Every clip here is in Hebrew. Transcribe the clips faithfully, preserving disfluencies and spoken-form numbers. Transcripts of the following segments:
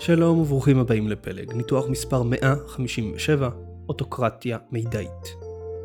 שלום וברוכים הבאים לפלג, ניתוח מספר מאה חמישים ושבע, אוטוקרטיה מידעית.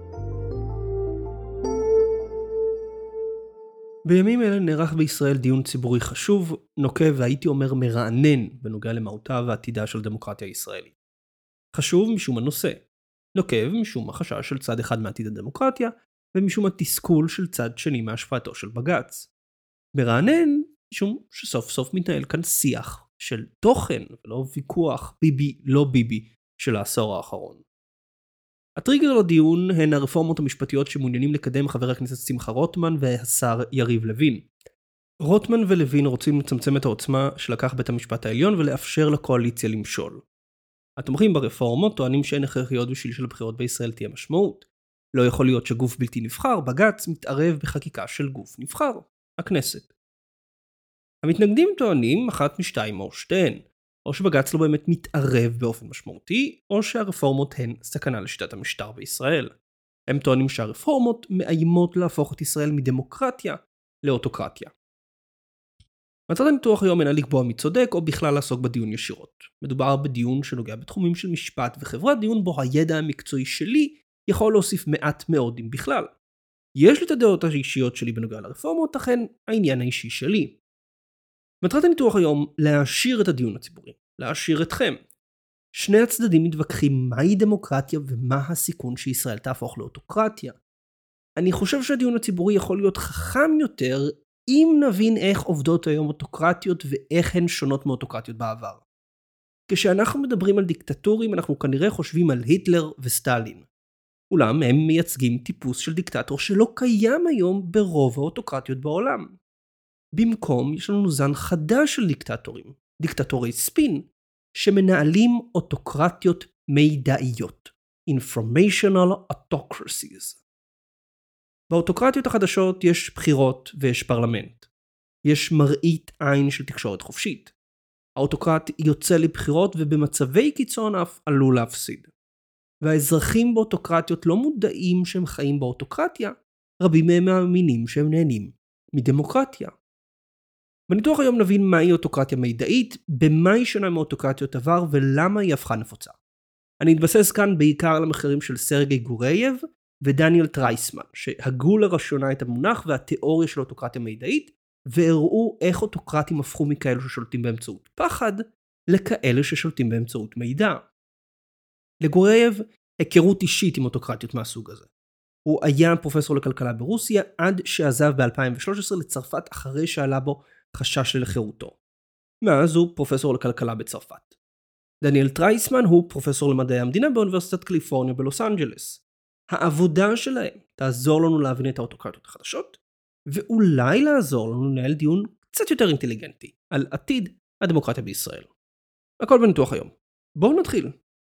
בימים אלה נערך בישראל דיון ציבורי חשוב, נוקב והייתי אומר מרענן בנוגע למהותה ועתידה של דמוקרטיה הישראלית. חשוב משום הנושא, נוקב משום החשש של צד אחד מעתיד הדמוקרטיה, ומשום התסכול של צד שני מהשפעתו של בג"ץ. מרענן משום שסוף סוף מתנהל כאן שיח של תוכן ולא ויכוח ביבי לא ביבי של העשור האחרון. הטריגר לדיון הן הרפורמות המשפטיות שמעוניינים לקדם חבר הכנסת שמחה רוטמן והשר יריב לוין. רוטמן ולוין רוצים לצמצם את העוצמה שלקח בית המשפט העליון ולאפשר לקואליציה למשול. התומכים ברפורמות טוענים שאין הכרחיות בשביל שלבחירות בישראל תהיה משמעות. לא יכול להיות שגוף בלתי נבחר, בג"ץ, מתערב בחקיקה של גוף נבחר, הכנסת. המתנגדים טוענים אחת משתיים או שתיהן, או שבג"ץ לא באמת מתערב באופן משמעותי, או שהרפורמות הן סכנה לשיטת המשטר בישראל. הם טוענים שהרפורמות מאיימות להפוך את ישראל מדמוקרטיה לאוטוקרטיה. מטרת הניתוח היום אינה לקבוע מי צודק או בכלל לעסוק בדיון ישירות. מדובר בדיון שנוגע בתחומים של משפט וחברה, דיון בו הידע המקצועי שלי יכול להוסיף מעט מאוד אם בכלל. יש לי את הדעות האישיות שלי בנוגע לרפורמות, אכן העניין האישי שלי. מטרת הניתוח היום להעשיר את הדיון הציבורי, להעשיר אתכם. שני הצדדים מתווכחים מהי דמוקרטיה ומה הסיכון שישראל תהפוך לאוטוקרטיה. אני חושב שהדיון הציבורי יכול להיות חכם יותר אם נבין איך עובדות היום אוטוקרטיות ואיך הן שונות מאוטוקרטיות בעבר. כשאנחנו מדברים על דיקטטורים אנחנו כנראה חושבים על היטלר וסטלין. אולם הם מייצגים טיפוס של דיקטטור שלא קיים היום ברוב האוטוקרטיות בעולם. במקום יש לנו זן חדש של דיקטטורים, דיקטטורי ספין, שמנהלים אוטוקרטיות מידעיות, informational autocracies. באוטוקרטיות החדשות יש בחירות ויש פרלמנט. יש מראית עין של תקשורת חופשית. האוטוקרט יוצא לבחירות ובמצבי קיצון אף עלול להפסיד. והאזרחים באוטוקרטיות לא מודעים שהם חיים באוטוקרטיה, רבים מהם מאמינים שהם נהנים מדמוקרטיה. בניתוח היום נבין מהי אוטוקרטיה מידעית, במה היא שונה מאוטוקרטיות עבר ולמה היא הפכה נפוצה. אני אתבסס כאן בעיקר על המחקרים של סרגי גורייב ודניאל טרייסמן, שהגו לראשונה את המונח והתיאוריה של אוטוקרטיה מידעית, והראו איך אוטוקרטים הפכו מכאלו ששולטים באמצעות פחד, לכאלה ששולטים באמצעות מידע. לגורייב היכרות אישית עם אוטוקרטיות מהסוג הזה. הוא היה פרופסור לכלכלה ברוסיה עד שעזב ב-אלפיים ושלוש עשרה לצרפת אחרי שעלה בו חשש לחירותו. מאז הוא פרופסור לכלכלה בצרפת. דניאל טרייסמן הוא פרופסור למדעי המדינה באוניברסיטת קליפורניה בלוס אנג'לס. העבודה שלהם תעזור לנו להבין את האוטוקרטיות החדשות, ואולי לעזור לנו לנהל דיון קצת יותר אינטליגנטי על עתיד הדמוקרטיה בישראל. הכל בניתוח היום. בואו נתחיל.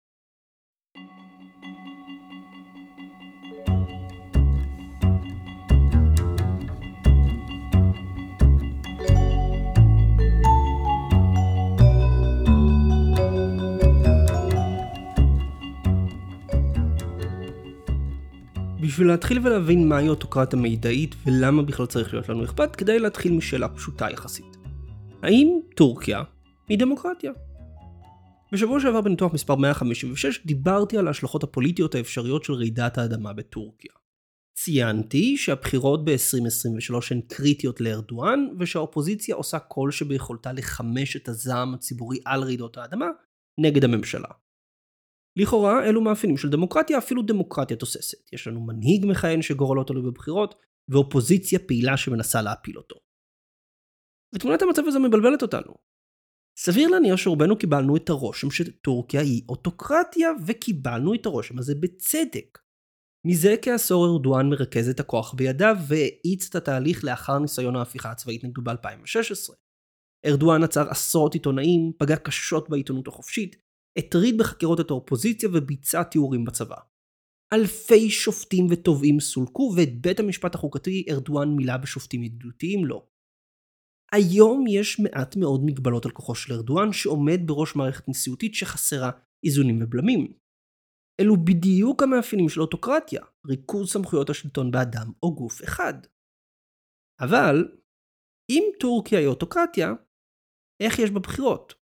בשביל להתחיל ולהבין מהי אוטוקרטיה מידעית ולמה בכלל צריך להיות לנו אכפת, כדאי להתחיל משאלה פשוטה יחסית. האם טורקיה היא דמוקרטיה? בשבוע שעבר בניתוח מספר מאה חמישים ושש דיברתי על ההשלכות הפוליטיות האפשריות של רעידת האדמה בטורקיה. ציינתי שהבחירות ב-עשרים עשרים ושלוש הן קריטיות לארדואן, ושהאופוזיציה עושה כל שביכולתה לחמש את הזעם הציבורי על רעידות האדמה נגד הממשלה. לכאורה אלו מאפיינים של דמוקרטיה, אפילו דמוקרטיה תוססת. יש לנו מנהיג מכהן שגורלו תלוי בבחירות, ואופוזיציה פעילה שמנסה להפיל אותו. ותמונת המצב הזה מבלבלת אותנו. סביר להניח שרובנו קיבלנו את הרושם שטורקיה היא אוטוקרטיה, וקיבלנו את הרושם הזה בצדק. מזה כעשור ארדואן מרכז את הכוח בידיו, והאיץ את התהליך לאחר ניסיון ההפיכה הצבאית נגדו ב-אלפיים ושש עשרה. ארדואן עצר עשרות עיתונאים, פגע קשות בעיתונות החופשית, הטריד בחקירות את האופוזיציה וביצע תיאורים בצבא. אלפי שופטים ותובעים סולקו, ואת בית המשפט החוקתי ארדואן מילא בשופטים ידידותיים לו. היום יש מעט מאוד מגבלות על כוחו של ארדואן, שעומד בראש מערכת נשיאותית שחסרה איזונים ובלמים. אלו בדיוק המאפיינים של אוטוקרטיה, ריכוז סמכויות השלטון באדם או גוף אחד. אבל אם טורקיה היא אוטוקרטיה, איך יש בבחירות?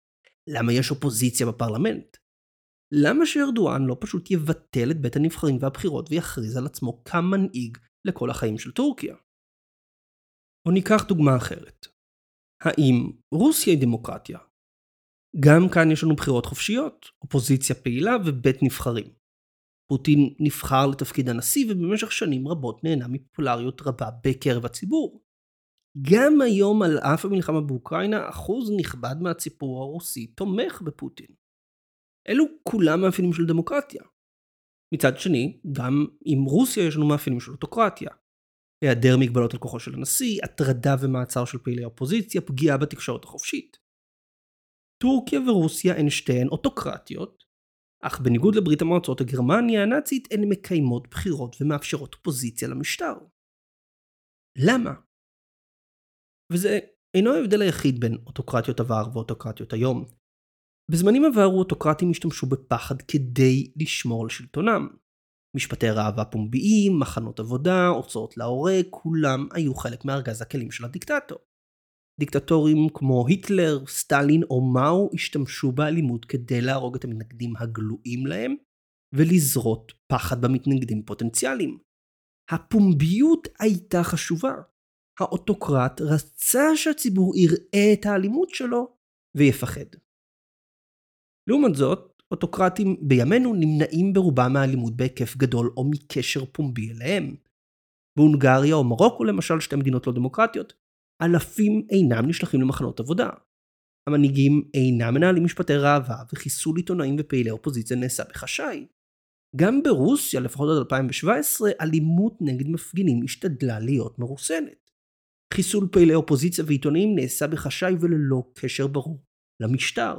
למה יש אופוזיציה בפרלמנט? למה שארדואן לא פשוט יבטל את בית הנבחרים והבחירות ויכריז על עצמו כמנהיג לכל החיים של טורקיה? או ניקח דוגמה אחרת. האם רוסיה היא דמוקרטיה? גם כאן יש לנו בחירות חופשיות, אופוזיציה פעילה ובית נבחרים. פוטין נבחר לתפקיד הנשיא ובמשך שנים רבות נהנה מפופולריות רבה בקרב הציבור. גם היום על אף המלחמה באוקראינה, אחוז נכבד מהציבור הרוסי תומך בפוטין. אלו כולם מאפיינים של דמוקרטיה. מצד שני, גם עם רוסיה יש לנו מאפיינים של אוטוקרטיה. היעדר מגבלות על כוחו של הנשיא, הטרדה ומעצר של פעילי האופוזיציה, פגיעה בתקשורת החופשית. טורקיה ורוסיה הן שתיהן אוטוקרטיות, אך בניגוד לברית המועצות הגרמניה הנאצית הן מקיימות בחירות ומאפשרות אופוזיציה למשטר. למה? וזה אינו ההבדל היחיד בין אוטוקרטיות עבר ואוטוקרטיות היום. בזמנים עברו אוטוקרטים השתמשו בפחד כדי לשמור על שלטונם. משפטי ראווה פומביים, מחנות עבודה, הוצאות להורג, כולם היו חלק מארגז הכלים של הדיקטטור. דיקטטורים כמו היטלר, סטלין או מאו השתמשו באלימות כדי להרוג את המתנגדים הגלויים להם ולזרות פחד במתנגדים פוטנציאליים. הפומביות הייתה חשובה. האוטוקרט רצה שהציבור יראה את האלימות שלו ויפחד. לעומת זאת, אוטוקרטים בימינו נמנעים ברובם מהאלימות בהיקף גדול או מקשר פומבי אליהם. בהונגריה או מרוקו למשל, שתי מדינות לא דמוקרטיות, אלפים אינם נשלחים למחנות עבודה. המנהיגים אינם מנהלים משפטי ראווה וחיסול עיתונאים ופעילי אופוזיציה נעשה בחשאי. גם ברוסיה, לפחות עד אלפיים שבע עשרה, אלימות נגד מפגינים השתדלה להיות מרוסנת. חיסול פעילי אופוזיציה ועיתונאים נעשה בחשאי וללא קשר ברור למשטר.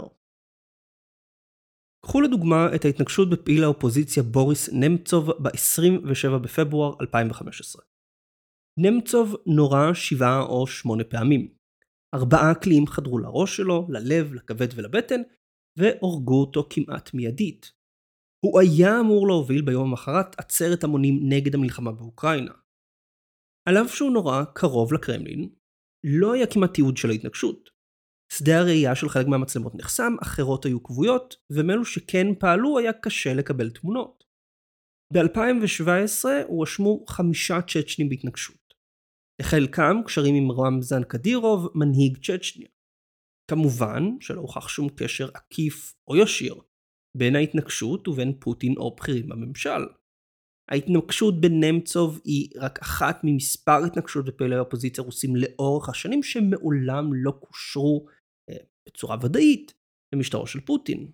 קחו לדוגמה את ההתנגשות בפעיל האופוזיציה בוריס נמצוב ב-עשרים ושבעה בפברואר אלפיים וחמש עשרה. נמצוב נורה שבעה או שמונה פעמים. ארבעה קליעים חדרו לראש שלו, ללב, לכבד ולבטן, והורגו אותו כמעט מיידית. הוא היה אמור להוביל ביום המחרת עצרת המונים נגד המלחמה באוקראינה. על אף שהוא נורה קרוב לקרמלין, לא היה כמעט תיעוד של ההתנגשות. שדה הראייה של חלק מהמצלמות נחסם, אחרות היו כבויות, ומלו שכן פעלו היה קשה לקבל תמונות. ב-אלפיים שבע עשרה הואשמו חמישה צ'צ'נים בהתנגשות. לחלקם קשרים עם רמזן קדירוב, מנהיג צ'צ'ניה. כמובן שלא הוכח שום קשר עקיף או ישיר בין ההתנגשות ובין פוטין או בכירים בממשל. ההתנגשות בין נמצוב היא רק אחת ממספר התנגשות בפעילי האופוזיציה רוסים לאורך השנים שמעולם לא קושרו אה, בצורה ודאית למשטרו של פוטין.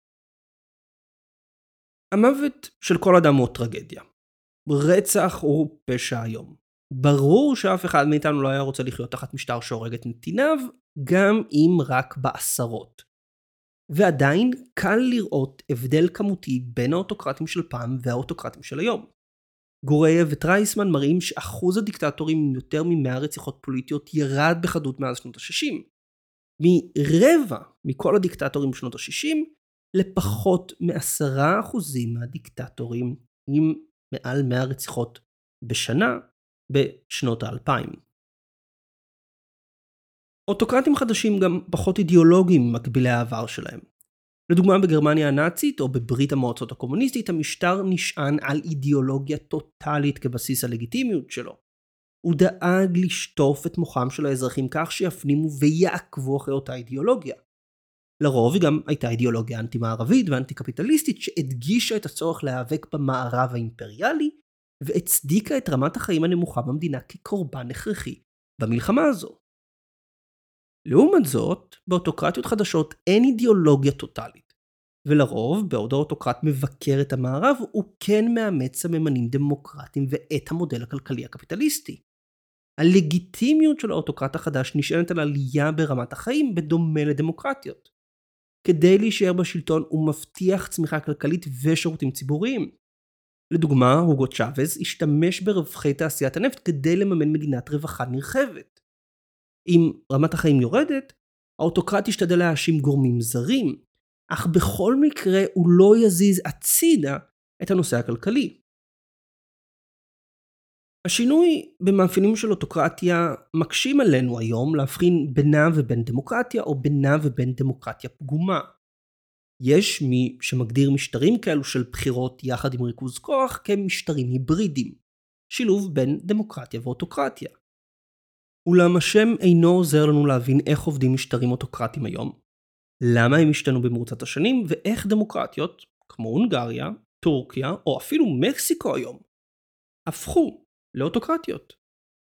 המוות של כל אדם הוא טרגדיה. רצח הוא פשע היום. ברור שאף אחד מאיתנו לא היה רוצה לחיות תחת משטר שהורג את נתיניו, גם אם רק בעשרות. ועדיין קל לראות הבדל כמותי בין האוטוקרטים של פעם והאוטוקרטים של היום. גורייב וטרייסמן מראים שאחוז הדיקטטורים עם יותר ממאה רציחות פוליטיות ירד בחדות מאז שנות ה-שישים. מרבע מכל הדיקטטורים בשנות ה-שישים לפחות מעשרה אחוזים מהדיקטטורים עם מעל מאה רציחות בשנה בשנות האלפיים. אוטוקרטים חדשים גם פחות אידיאולוגיים ממקבילי העבר שלהם. לדוגמה בגרמניה הנאצית או בברית המועצות הקומוניסטית המשטר נשען על אידיאולוגיה טוטלית כבסיס הלגיטימיות שלו. הוא דאג לשטוף את מוחם של האזרחים כך שיפנימו ויעקבו אחרי אותה אידיאולוגיה. לרוב היא גם הייתה אידיאולוגיה אנטי-מערבית ואנטי-קפיטליסטית שהדגישה את הצורך להיאבק במערב האימפריאלי והצדיקה את רמת החיים הנמוכה במדינה כקורבן הכרחי במלחמה הזו. לעומת זאת, באוטוקרטיות חדשות אין אידיאולוגיה טוטלית, ולרוב, בעוד האוטוקרט מבקר את המערב, הוא כן מאמץ סממנים דמוקרטיים ואת המודל הכלכלי הקפיטליסטי. הלגיטימיות של האוטוקרט החדש נשענת על עלייה ברמת החיים בדומה לדמוקרטיות. כדי להישאר בשלטון הוא מבטיח צמיחה כלכלית ושירותים ציבוריים. לדוגמה, הוגו צ'אבז השתמש ברווחי תעשיית הנפט כדי לממן מדינת רווחה נרחבת. אם רמת החיים יורדת, האוטוקרט ישתדל להאשים גורמים זרים, אך בכל מקרה הוא לא יזיז הצידה את הנושא הכלכלי. השינוי במאפיינים של אוטוקרטיה מקשים עלינו היום להבחין בינה ובין דמוקרטיה או בינה ובין דמוקרטיה פגומה. יש מי שמגדיר משטרים כאלו של בחירות יחד עם ריכוז כוח כמשטרים היברידיים, שילוב בין דמוקרטיה ואוטוקרטיה. אולם השם אינו עוזר לנו להבין איך עובדים משטרים אוטוקרטיים היום, למה הם השתנו במרוצת השנים ואיך דמוקרטיות, כמו הונגריה, טורקיה או אפילו מקסיקו היום, הפכו לאוטוקרטיות.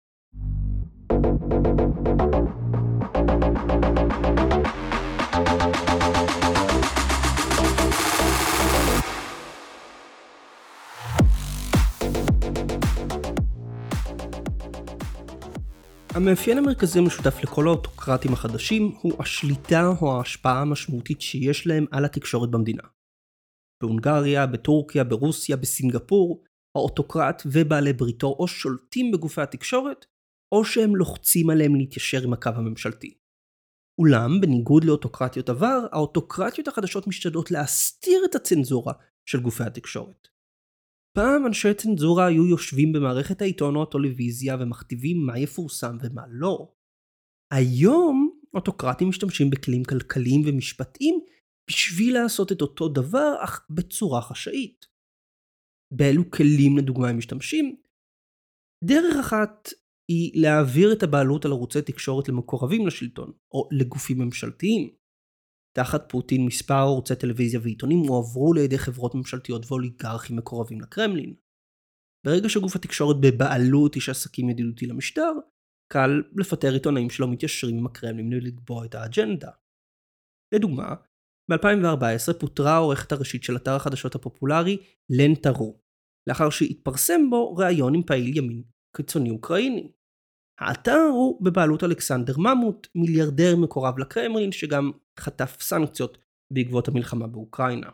המאפיין המרכזי המשותף לכל האוטוקרטים החדשים הוא השליטה או ההשפעה המשמעותית שיש להם על התקשורת במדינה. בהונגריה, בטורקיה, ברוסיה, בסינגפור, האוטוקרט ובעלי בריתו או שולטים בגופי התקשורת, או שהם לוחצים עליהם להתיישר עם הקו הממשלתי. אולם, בניגוד לאוטוקרטיות עבר, האוטוקרטיות החדשות משתדלות להסתיר את הצנזורה של גופי התקשורת. פעם אנשי צנזורה היו יושבים במערכת העיתון או הטלוויזיה ומכתיבים מה יפורסם ומה לא. היום אוטוקרטים משתמשים בכלים כלכליים ומשפטיים בשביל לעשות את אותו דבר אך בצורה חשאית. באילו כלים לדוגמה הם משתמשים? דרך אחת היא להעביר את הבעלות על ערוצי תקשורת למקורבים לשלטון או לגופים ממשלתיים. תחת פוטין מספר ערוצי טלוויזיה ועיתונים הועברו לידי חברות ממשלתיות ואוליגרכים מקורבים לקרמלין. ברגע שגוף התקשורת בבעלות איש עסקים ידידותי למשטר, קל לפטר עיתונאים שלא מתיישרים עם הקרמלין ולקבוע את האג'נדה. לדוגמה, ב-אלפיים וארבע עשרה פוטרה העורכת הראשית של אתר החדשות הפופולרי לנטה רו, לאחר שהתפרסם בו ראיון עם פעיל ימין קיצוני אוקראיני. האתר הוא בבעלות אלכסנדר ממוט, מיליארדר מקורב לקרמלין שגם חטף סנקציות בעקבות המלחמה באוקראינה.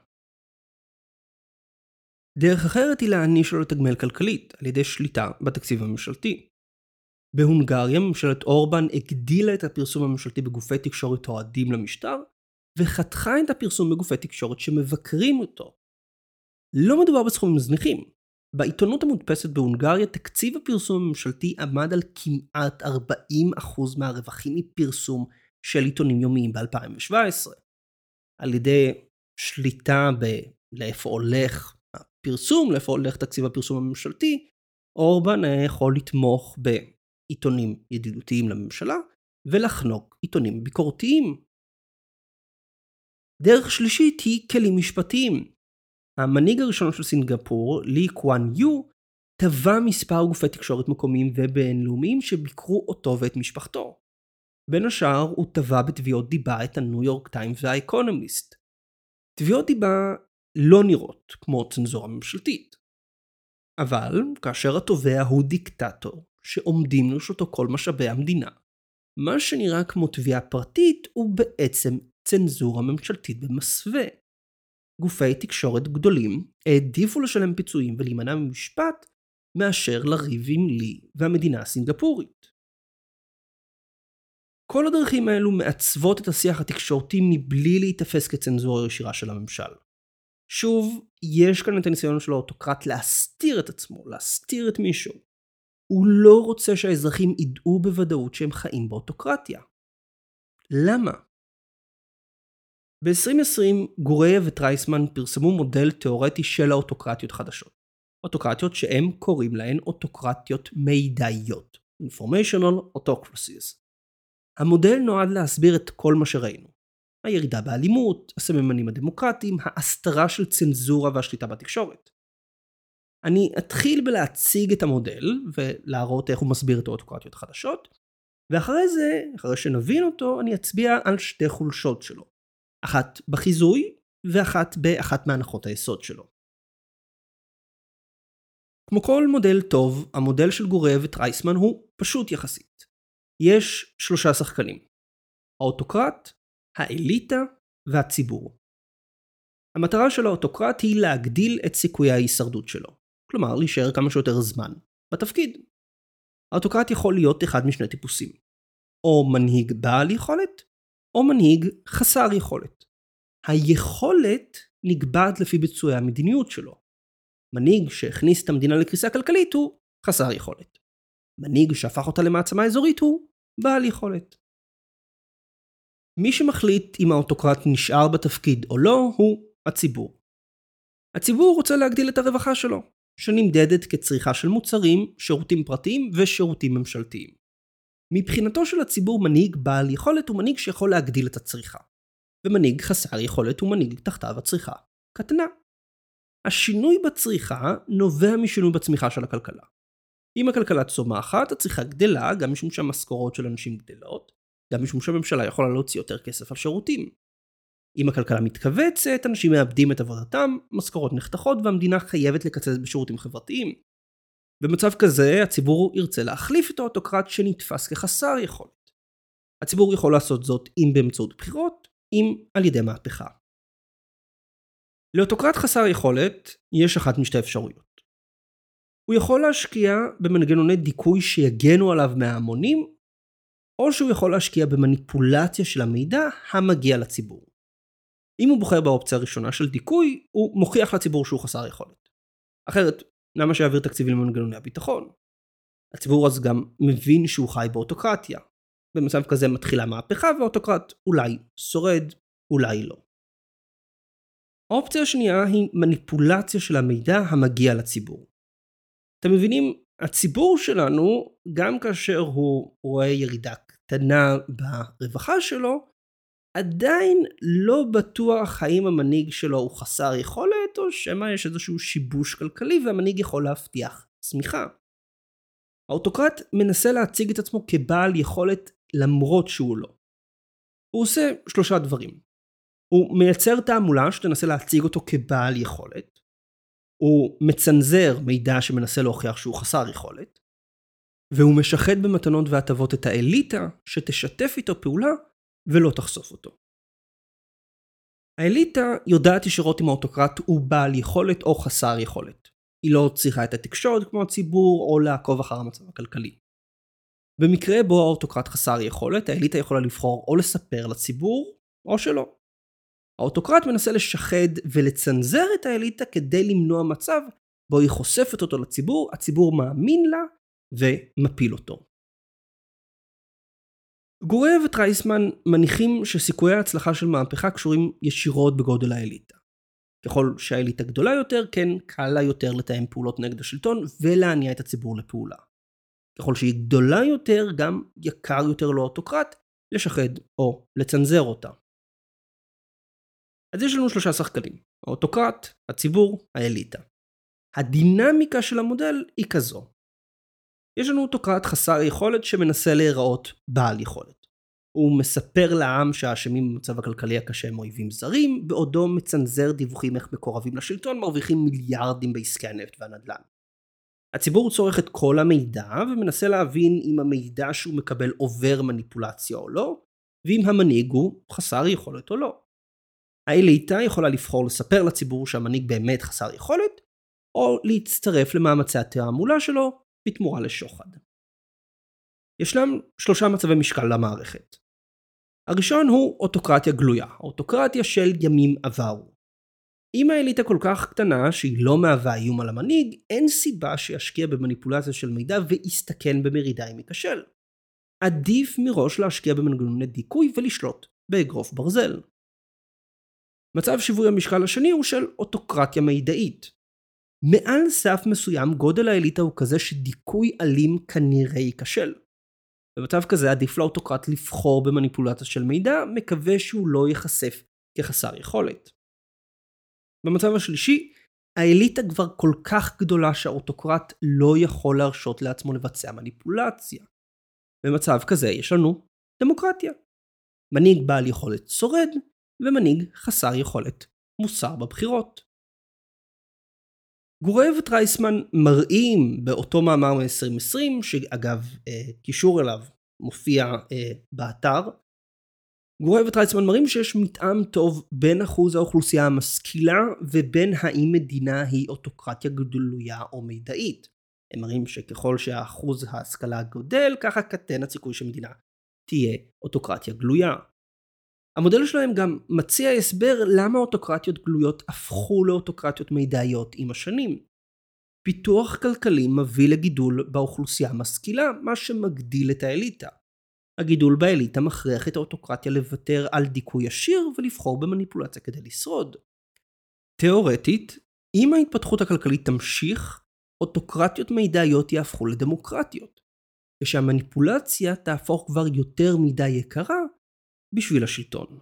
דרך אחרת היא להעניש או לתגמל כלכלית על ידי שליטה בתקציב הממשלתי. בהונגריה ממשלת אורבן הגדילה את הפרסום הממשלתי בגופי תקשורת אוהדים למשטר, וחתכה את הפרסום בגופי תקשורת שמבקרים אותו. לא מדובר בסכומים זניחים. בעיתונות המודפסת בהונגריה תקציב הפרסום הממשלתי עמד על כמעט ארבעים אחוז מהרווחים מפרסום של עיתונים יומיים ב-אלפיים שבע עשרה. על ידי שליטה לאיפה הולך הפרסום, לאיפה הולך תקציב הפרסום הממשלתי, אורבן יכול לתמוך בעיתונים ידידותיים לממשלה ולחנוק עיתונים ביקורתיים. דרך שלישית היא כלים משפטיים. המנהיג הראשון של סינגפור, לי קואן יו, טבע מספר גופי תקשורת מקומיים ובינלאומיים שביקרו אותו ואת משפחתו. בין השאר הוא טבע בתביעות דיבה את הניו יורק טיימס והאקונומיסט. תביעות דיבה לא נראות כמו צנזורה ממשלתית. אבל כאשר התובע הוא דיקטטור שעומדים לרשותו כל משאבי המדינה, מה שנראה כמו תביעה פרטית הוא בעצם צנזורה ממשלתית במסווה. גופי תקשורת גדולים העדיפו לשלם פיצויים ולהימנע ממשפט מאשר לריב עם לי והמדינה הסינגפורית. כל הדרכים האלו מעצבות את השיח התקשורתי מבלי להתאפס כצנזורה ישירה של הממשל. שוב, יש כאן את הניסיון של האוטוקרט להסתיר את עצמו, להסתיר את מישהו. הוא לא רוצה שהאזרחים ידעו בוודאות שהם חיים באוטוקרטיה. למה? ב-עשרים עשרים גוריה וטרייסמן פרסמו מודל תיאורטי של האוטוקרטיות חדשות. אוטוקרטיות שהם קוראים להן אוטוקרטיות מידעיות. Informational Autocracies. המודל נועד להסביר את כל מה שראינו. הירידה באלימות, הסממנים הדמוקרטיים, ההסתרה של צנזורה והשליטה בתקשורת. אני אתחיל בלהציג את המודל ולהראות איך הוא מסביר את האוטוקרטיות החדשות, ואחרי זה, אחרי שנבין אותו, אני אצביע על שתי חולשות שלו. אחת בחיזוי ואחת באחת מהנחות היסוד שלו. כמו כל מודל טוב, המודל של גוריה וטרייסמן הוא פשוט יחסית. יש שלושה שחקנים. האוטוקרט, האליטה והציבור. המטרה של האוטוקרט היא להגדיל את סיכויי ההישרדות שלו. כלומר, להישאר כמה שיותר זמן בתפקיד. האוטוקרט יכול להיות אחד משני טיפוסים. או מנהיג בעל יכולת, או מנהיג חסר יכולת. היכולת נקבעת לפי ביצועי המדיניות שלו. מנהיג שהכניס את המדינה לקריסה כלכלית הוא חסר יכולת. מנהיג שהפך אותה למעצמה אזורית הוא בעל יכולת. מי שמחליט אם האוטוקרט נשאר בתפקיד או לא הוא הציבור. הציבור רוצה להגדיל את הרווחה שלו, שנמדדת כצריכה של מוצרים, שירותים פרטיים ושירותים ממשלתיים. מבחינתו של הציבור מנהיג בעל יכולת הוא מנהיג שיכול להגדיל את הצריכה, ומנהיג חסר יכולת הוא מנהיג תחתיו הצריכה קטנה. השינוי בצריכה נובע משינוי בצמיחה של הכלכלה. אם הכלכלה צומחת, הצריכה גדלה, גם משום שהמשכורות של אנשים גדלות, גם משום שהממשלה יכולה להוציא יותר כסף על שירותים. אם הכלכלה מתכווצת, אנשים מאבדים את עבודתם, משכורות נחתכות והמדינה חייבת לקצץ בשירותים חברתיים. במצב כזה, הציבור ירצה להחליף את האוטוקרט שנתפס כחסר יכולת. הציבור יכול לעשות זאת אם באמצעות בחירות, אם על ידי מהפכה. לאוטוקרט חסר יכולת יש אחת משתי אפשרויות. הוא יכול להשקיע במנגנוני דיכוי שיגנו עליו מההמונים, או שהוא יכול להשקיע במניפולציה של המידע המגיע לציבור. אם הוא בוחר באופציה הראשונה של דיכוי, הוא מוכיח לציבור שהוא חסר יכולת. אחרת, למה שיעביר תקציבים למנגנוני הביטחון? הציבור אז גם מבין שהוא חי באוטוקרטיה. במצב כזה מתחילה מהפכה והאוטוקרט אולי שורד, אולי לא. האופציה השנייה היא מניפולציה של המידע המגיע לציבור. אתם מבינים, הציבור שלנו, גם כאשר הוא רואה ירידה קטנה ברווחה שלו, עדיין לא בטוח האם המנהיג שלו הוא חסר יכולת, או שמא יש איזשהו שיבוש כלכלי והמנהיג יכול להבטיח צמיחה. האוטוקרט מנסה להציג את עצמו כבעל יכולת למרות שהוא לא. הוא עושה שלושה דברים. הוא מייצר תעמולה שתנסה להציג אותו כבעל יכולת. הוא מצנזר מידע שמנסה להוכיח שהוא חסר יכולת. והוא משחד במתנות והטבות את האליטה שתשתף איתו פעולה ולא תחשוף אותו. האליטה יודעת ישירות אם האוטוקרט הוא בעל יכולת או חסר יכולת. היא לא צריכה את התקשורת כמו הציבור או לעקוב אחר המצב הכלכלי. במקרה בו האוטוקרט חסר יכולת, האליטה יכולה לבחור או לספר לציבור או שלא. האוטוקרט מנסה לשחד ולצנזר את האליטה כדי למנוע מצב בו היא חושפת אותו לציבור, הציבור מאמין לה ומפיל אותו. גורייב וטרייסמן מניחים שסיכויי ההצלחה של מהפכה קשורים ישירות בגודל האליטה. ככל שהאליטה גדולה יותר, כן קל לה יותר לתאם פעולות נגד השלטון ולהניע את הציבור לפעולה. ככל שהיא גדולה יותר, גם יקר יותר לאוטוקרט לשחד או לצנזר אותה. אז יש לנו שלושה שחקנים, האוטוקרט, הציבור, האליטה. הדינמיקה של המודל היא כזו. יש לנו אוטוקרט חסר יכולת שמנסה להיראות בעל יכולת. הוא מספר לעם שהאשמים במצב הכלכלי הקשה הם אויבים זרים, בעודו מצנזר דיווחים איך מקורבים לשלטון מרוויחים מיליארדים בעסקי הנפט והנדל"ן. הציבור צורך את כל המידע ומנסה להבין אם המידע שהוא מקבל עובר מניפולציה או לא, ואם המנהיג הוא חסר יכולת או לא. האליטה יכולה לבחור לספר לציבור שהמנהיג באמת חסר יכולת, או להצטרף למאמצי התעמולה שלו בתמורה לשוחד. ישנם שלושה מצבי משקל למערכת. הראשון הוא אוטוקרטיה גלויה, אוטוקרטיה של ימים עברו. אם האליטה כל כך קטנה שהיא לא מהווה איום על המנהיג, אין סיבה שישקיע במניפולציה של מידע ויסתכן במרידה אם ייכשל. עדיף מראש להשקיע במנגנוני דיכוי ולשלוט באגרוף ברזל. מצב שיווי המשקל השני הוא של אוטוקרטיה מידעית. מעל סף מסוים גודל האליטה הוא כזה שדיכוי אלים כנראה ייכשל. במצב כזה עדיף לאוטוקרט לבחור במניפולציה של מידע, מקווה שהוא לא ייחשף כחסר יכולת. במצב השלישי, האליטה כבר כל כך גדולה שהאוטוקרט לא יכול להרשות לעצמו לבצע מניפולציה. במצב כזה יש לנו דמוקרטיה. מנהיג בעל יכולת שורד, ומנהיג חסר יכולת מוסר בבחירות. גורייב וטרייסמן מראים באותו מאמר מ-עשרים עשרים, שאגב קישור אליו מופיע באתר, גורייב וטרייסמן מראים שיש מתאם טוב בין אחוז האוכלוסייה המשכילה ובין האם מדינה היא אוטוקרטיה גלויה או מידעית. הם מראים שככל שהאחוז ההשכלה גודל, ככה קטן הסיכוי שמדינה תהיה אוטוקרטיה גלויה. המודל שלהם גם מציע הסבר למה אוטוקרטיות גלויות הפכו לאוטוקרטיות מידעיות עם השנים. פיתוח כלכלי מביא לגידול באוכלוסייה המשכילה, מה שמגדיל את האליטה. הגידול באליטה מכריח את האוטוקרטיה לוותר על דיכוי ישיר ולבחור במניפולציה כדי לשרוד. תיאורטית, אם ההתפתחות הכלכלית תמשיך, אוטוקרטיות מידעיות יהפכו לדמוקרטיות, ושהמניפולציה תהפוך כבר יותר מדי יקרה בשביל השלטון.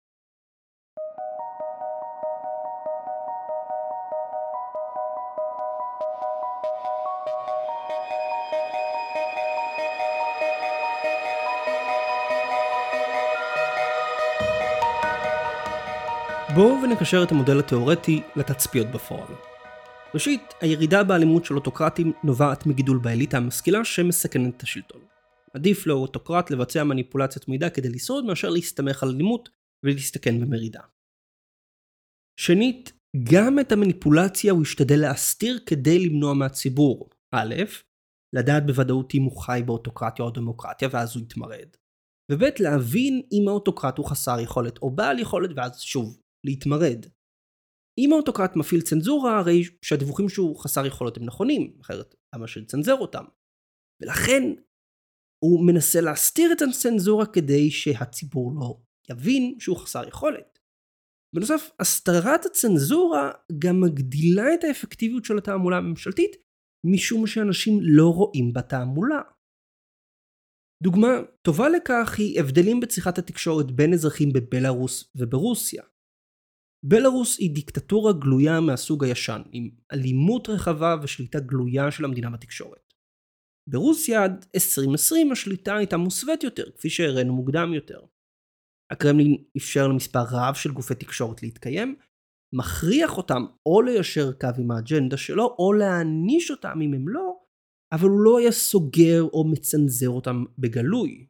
בואו ונקשר את המודל התיאורטי לתצפיות בפועל. ראשית, הירידה באלימות של אוטוקרטים נובעת מגידול באליטה המשכילה שמסכנת את השלטון. עדיף לאוטוקרט לבצע מניפולציית מידע כדי לשרוד מאשר להסתמך על אלימות ולהסתכן במרידה. שנית, גם את המניפולציה הוא ישתדל להסתיר כדי למנוע מהציבור. א', לדעת בוודאות אם הוא חי באוטוקרטיה או דמוקרטיה ואז הוא יתמרד. וב', להבין אם האוטוקרט הוא חסר יכולת או בעל יכולת ואז שוב להתמרד. אם האוטוקרט מפעיל צנזורה, הרי שהדיווחים שהוא חסר יכולת הם נכונים, אחרת למה שצנזר אותם. ולכן הוא מנסה להסתיר את הצנזורה כדי שהציבור לא יבין שהוא חסר יכולת. בנוסף, הסתרת הצנזורה גם מגדילה את האפקטיביות של התעמולה הממשלתית, משום שאנשים לא רואים בתעמולה. דוגמה טובה לכך היא הבדלים בצריכת התקשורת בין אזרחים בבלארוס וברוסיה. בלארוס היא דיקטטורה גלויה מהסוג הישן, עם אלימות רחבה ושליטה גלויה של המדינה בתקשורת. ברוסיה עד עשרים עשרים השליטה הייתה מוסווית יותר, כפי שהראינו מוקדם יותר. הקרמלין אפשר למספר רב של גופי תקשורת להתקיים, מכריח אותם או ליישר קו עם האג'נדה שלו, או להעניש אותם אם הם לא, אבל הוא לא היה סוגר או מצנזר אותם בגלוי.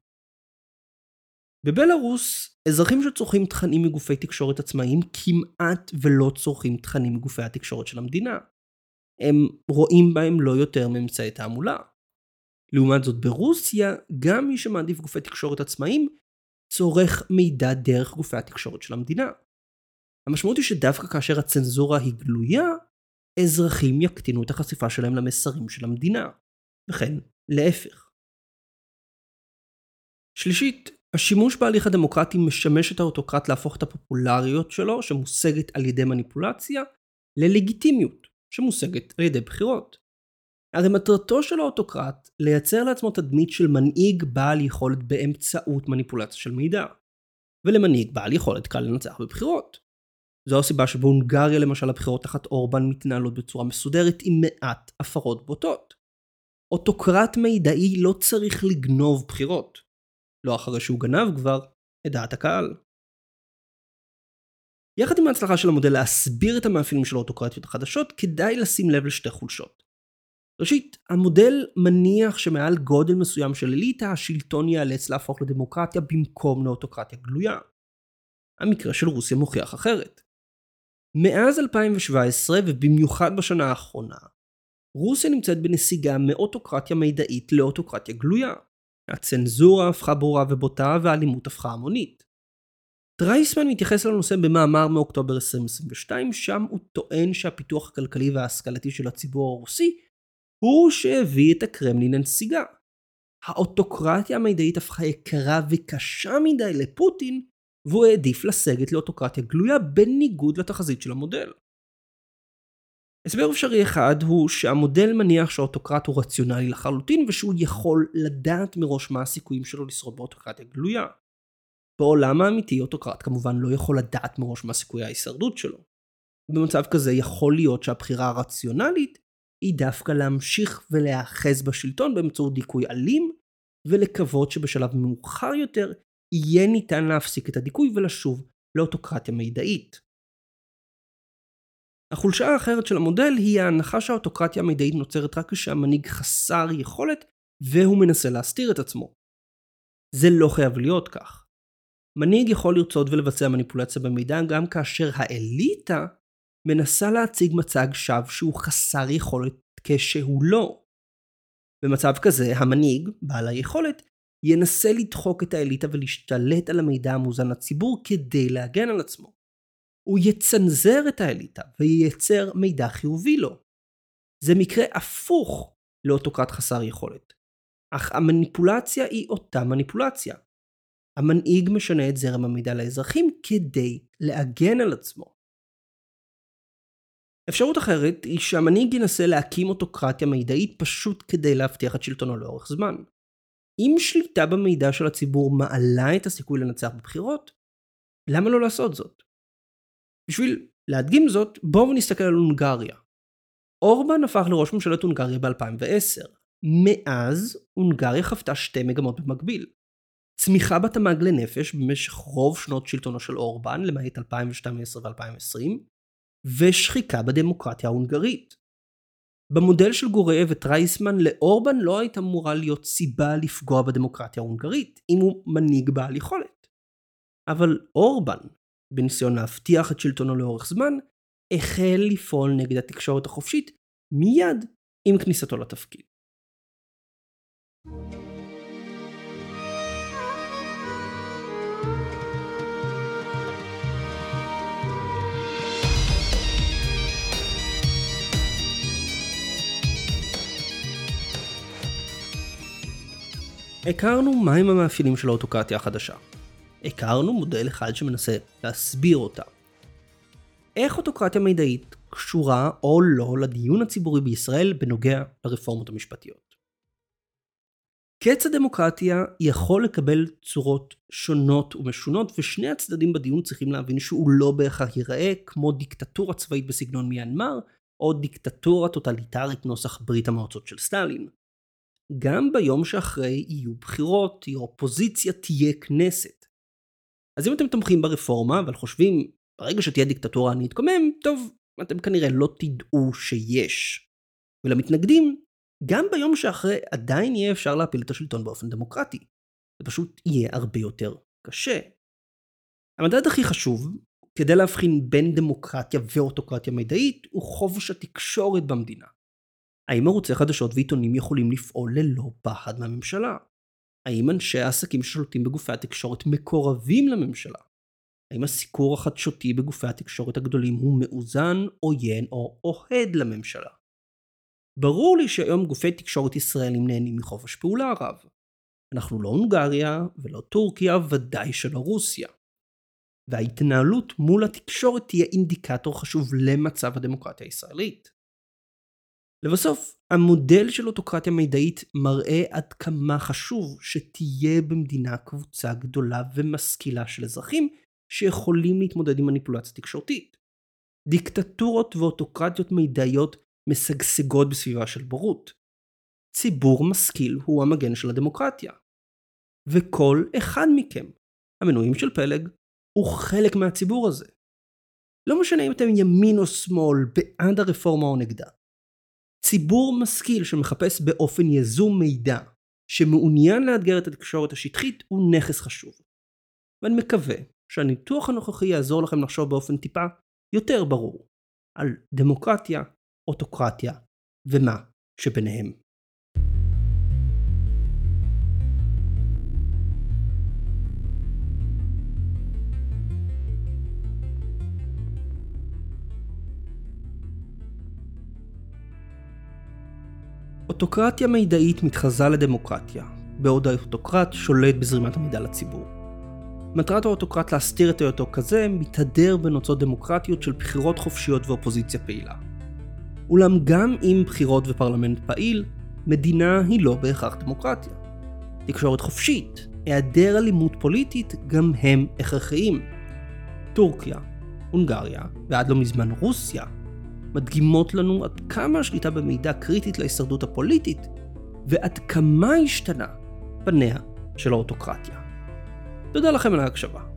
בבלארוס, אזרחים שצורכים תכנים מגופי תקשורת עצמאיים כמעט ולא צורכים תכנים מגופי התקשורת של המדינה. הם רואים בהם לא יותר מאמצעי תעמולה. לעומת זאת ברוסיה, גם מי שמעדיף גופי תקשורת עצמאיים, צורך מידע דרך גופי התקשורת של המדינה. המשמעות היא שדווקא כאשר הצנזורה היא גלויה, אזרחים יקטינו את החשיפה שלהם למסרים של המדינה. וכן, להפך. שלישית, השימוש בהליך הדמוקרטי משמש את האוטוקרט להפוך את הפופולריות שלו, שמושגת על ידי מניפולציה, ללגיטימיות, שמושגת על ידי בחירות. הרי מטרתו של האוטוקרט לייצר לעצמו תדמית של מנהיג בעל יכולת באמצעות מניפולציה של מידע, ולמנהיג בעל יכולת קל לנצח בבחירות. זו הסיבה שבהונגריה למשל הבחירות תחת אורבן מתנהלות בצורה מסודרת עם מעט הפרות בוטות. אוטוקרט מידעי לא צריך לגנוב בחירות, לא אחרי שהוא גנב כבר את דעת הקהל. יחד עם ההצלחה של המודל להסביר את המאפיינים של האוטוקרטיות החדשות, כדאי לשים לב לשתי חולשות. ראשית, המודל מניח שמעל גודל מסוים של אליטה, השלטון ייאלץ להפוך לדמוקרטיה במקום לאוטוקרטיה גלויה. המקרה של רוסיה מוכיח אחרת. מאז אלפיים שבע עשרה ובמיוחד בשנה האחרונה, רוסיה נמצאת בנסיגה מאוטוקרטיה מידעית לאוטוקרטיה גלויה. הצנזורה הפכה ברורה ובוטה והאלימות הפכה המונית. טרייסמן מתייחס לנושא במאמר מאוקטובר עשרים עשרים ושתיים, שם הוא טוען שהפיתוח הכלכלי וההשכלתי של הציבור הרוסי הוא שהביא את הקרמלין לנסיגה. האוטוקרטיה המידעית הפכה יקרה וקשה מדי לפוטין, והוא העדיף לסגת לאוטוקרטיה גלויה בניגוד לתחזית של המודל. הסבר אפשרי אחד הוא שהמודל מניח שהאוטוקרט הוא רציונלי לחלוטין ושהוא יכול לדעת מראש מה הסיכויים שלו לשרוד באוטוקרטיה גלויה. בעולם האמיתי אוטוקרט כמובן לא יכול לדעת מראש מה סיכויי ההישרדות שלו. במצב כזה יכול להיות שהבחירה הרציונלית היא דווקא להמשיך ולהאחז בשלטון באמצעות דיכוי אלים, ולקוות שבשלב מאוחר יותר יהיה ניתן להפסיק את הדיכוי ולשוב לאוטוקרטיה מידעית. החולשה האחרת של המודל היא ההנחה שהאוטוקרטיה המידעית נוצרת רק כשהמנהיג חסר יכולת והוא מנסה להסתיר את עצמו. זה לא חייב להיות כך. מנהיג יכול לרצות ולבצע מניפולציה במידע גם כאשר האליטה מנסה להציג מצג שווא שהוא חסר יכולת כשהוא לא. במצב כזה המנהיג, בעל היכולת, ינסה לדחוק את האליטה ולהשתלט על המידע המוזן לציבור כדי להגן על עצמו. הוא יצנזר את האליטה וייצר מידע חיובי לו. זה מקרה הפוך לאוטוקרט חסר יכולת. אך המניפולציה היא אותה מניפולציה. המנהיג משנה את זרם המידע לאזרחים כדי להגן על עצמו. אפשרות אחרת היא שהמנהיג ינסה להקים אוטוקרטיה מידעית פשוט כדי להבטיח את שלטונו לאורך זמן. אם שליטה במידע של הציבור מעלה את הסיכוי לנצח בבחירות, למה לא לעשות זאת? בשביל להדגים זאת, בואו נסתכל על הונגריה. אורבן הפך לראש ממשלת הונגריה ב-אלפיים ועשר. מאז, הונגריה חוותה שתי מגמות במקביל. צמיחה בתמ"ג לנפש במשך רוב שנות שלטונו של אורבן, למעט אלפיים ושתים עשרה ו-אלפיים ועשרים, ושחיקה בדמוקרטיה ההונגרית. במודל של גורייב וטרייסמן, לאורבן לא הייתה אמורה להיות סיבה לפגוע בדמוקרטיה ההונגרית, אם הוא מנהיג בעל יכולת. אבל אורבן, בניסיון להבטיח את שלטונו לאורך זמן, החל לפעול נגד התקשורת החופשית מיד עם כניסתו לתפקיד. הכרנו מהם המאפיינים של האוטוקרטיה החדשה. הכרנו מודל אחד שמנסה להסביר אותה. איך אוטוקרטיה מידעית קשורה או לא לדיון הציבורי בישראל בנוגע לרפורמות המשפטיות. קץ הדמוקרטיה יכול לקבל צורות שונות ומשונות, ושני הצדדים בדיון צריכים להבין שהוא לא בהכרח ייראה כמו דיקטטורה צבאית בסגנון מיינמר, או דיקטטורה טוטליטרית נוסח ברית המועצות של סטלין. גם ביום שאחרי יהיו בחירות, תהיה אופוזיציה, תהיה כנסת. אז אם אתם תומכים ברפורמה, אבל חושבים, ברגע שתהיה דיקטטורה אני אתקומם, טוב, אתם כנראה לא תדעו שיש. ולמתנגדים, גם ביום שאחרי עדיין יהיה אפשר להפיל את השלטון באופן דמוקרטי. זה פשוט יהיה הרבה יותר קשה. המדד הכי חשוב, כדי להבחין בין דמוקרטיה ואוטוקרטיה מידעית, הוא חופש התקשורת במדינה. האם ערוצי חדשות ועיתונים יכולים לפעול ללא פחד מהממשלה? האם אנשי העסקים ששולטים בגופי התקשורת מקורבים לממשלה? האם הסיקור החדשותי בגופי התקשורת הגדולים הוא מאוזן, עוין או אוהד לממשלה? ברור לי שהיום גופי תקשורת ישראלים נהנים מחופש פעולה רב. אנחנו לא הונגריה ולא טורקיה, ודאי שלא רוסיה. וההתנהלות מול התקשורת תהיה אינדיקטור חשוב למצב הדמוקרטיה הישראלית. לבסוף, המודל של אוטוקרטיה מידעית מראה עד כמה חשוב שתהיה במדינה קבוצה גדולה ומשכילה של אזרחים שיכולים להתמודד עם מניפולציה תקשורתית. דיקטטורות ואוטוקרטיות מידעיות משגשגות בסביבה של בורות. ציבור משכיל הוא המגן של הדמוקרטיה. וכל אחד מכם, המנויים של פלג, הוא חלק מהציבור הזה. לא משנה אם אתם ימין או שמאל, בעד הרפורמה או נגדה. ציבור משכיל שמחפש באופן יזום מידע, שמעוניין לאתגר את התקשורת השטחית, הוא נכס חשוב. ואני מקווה שהניתוח הנוכחי יעזור לכם לחשוב באופן טיפה יותר ברור על דמוקרטיה, אוטוקרטיה ומה שביניהם. אוטוקרטיה מידעית מתחזה לדמוקרטיה, בעוד האוטוקרט שולט בזרימת המידע לציבור. מטרת האוטוקרט להסתיר את היותו כזה מתהדר בנוצות דמוקרטיות של בחירות חופשיות ואופוזיציה פעילה. אולם גם עם בחירות ופרלמנט פעיל, מדינה היא לא בהכרח דמוקרטיה. תקשורת חופשית, היעדר אלימות פוליטית גם הם הכרחיים. טורקיה, הונגריה ועד לא מזמן רוסיה מדגימות לנו עד כמה השליטה במידע קריטית להישרדות הפוליטית, ועד כמה השתנה פניה של האוטוקרטיה. תודה לכם על ההקשבה.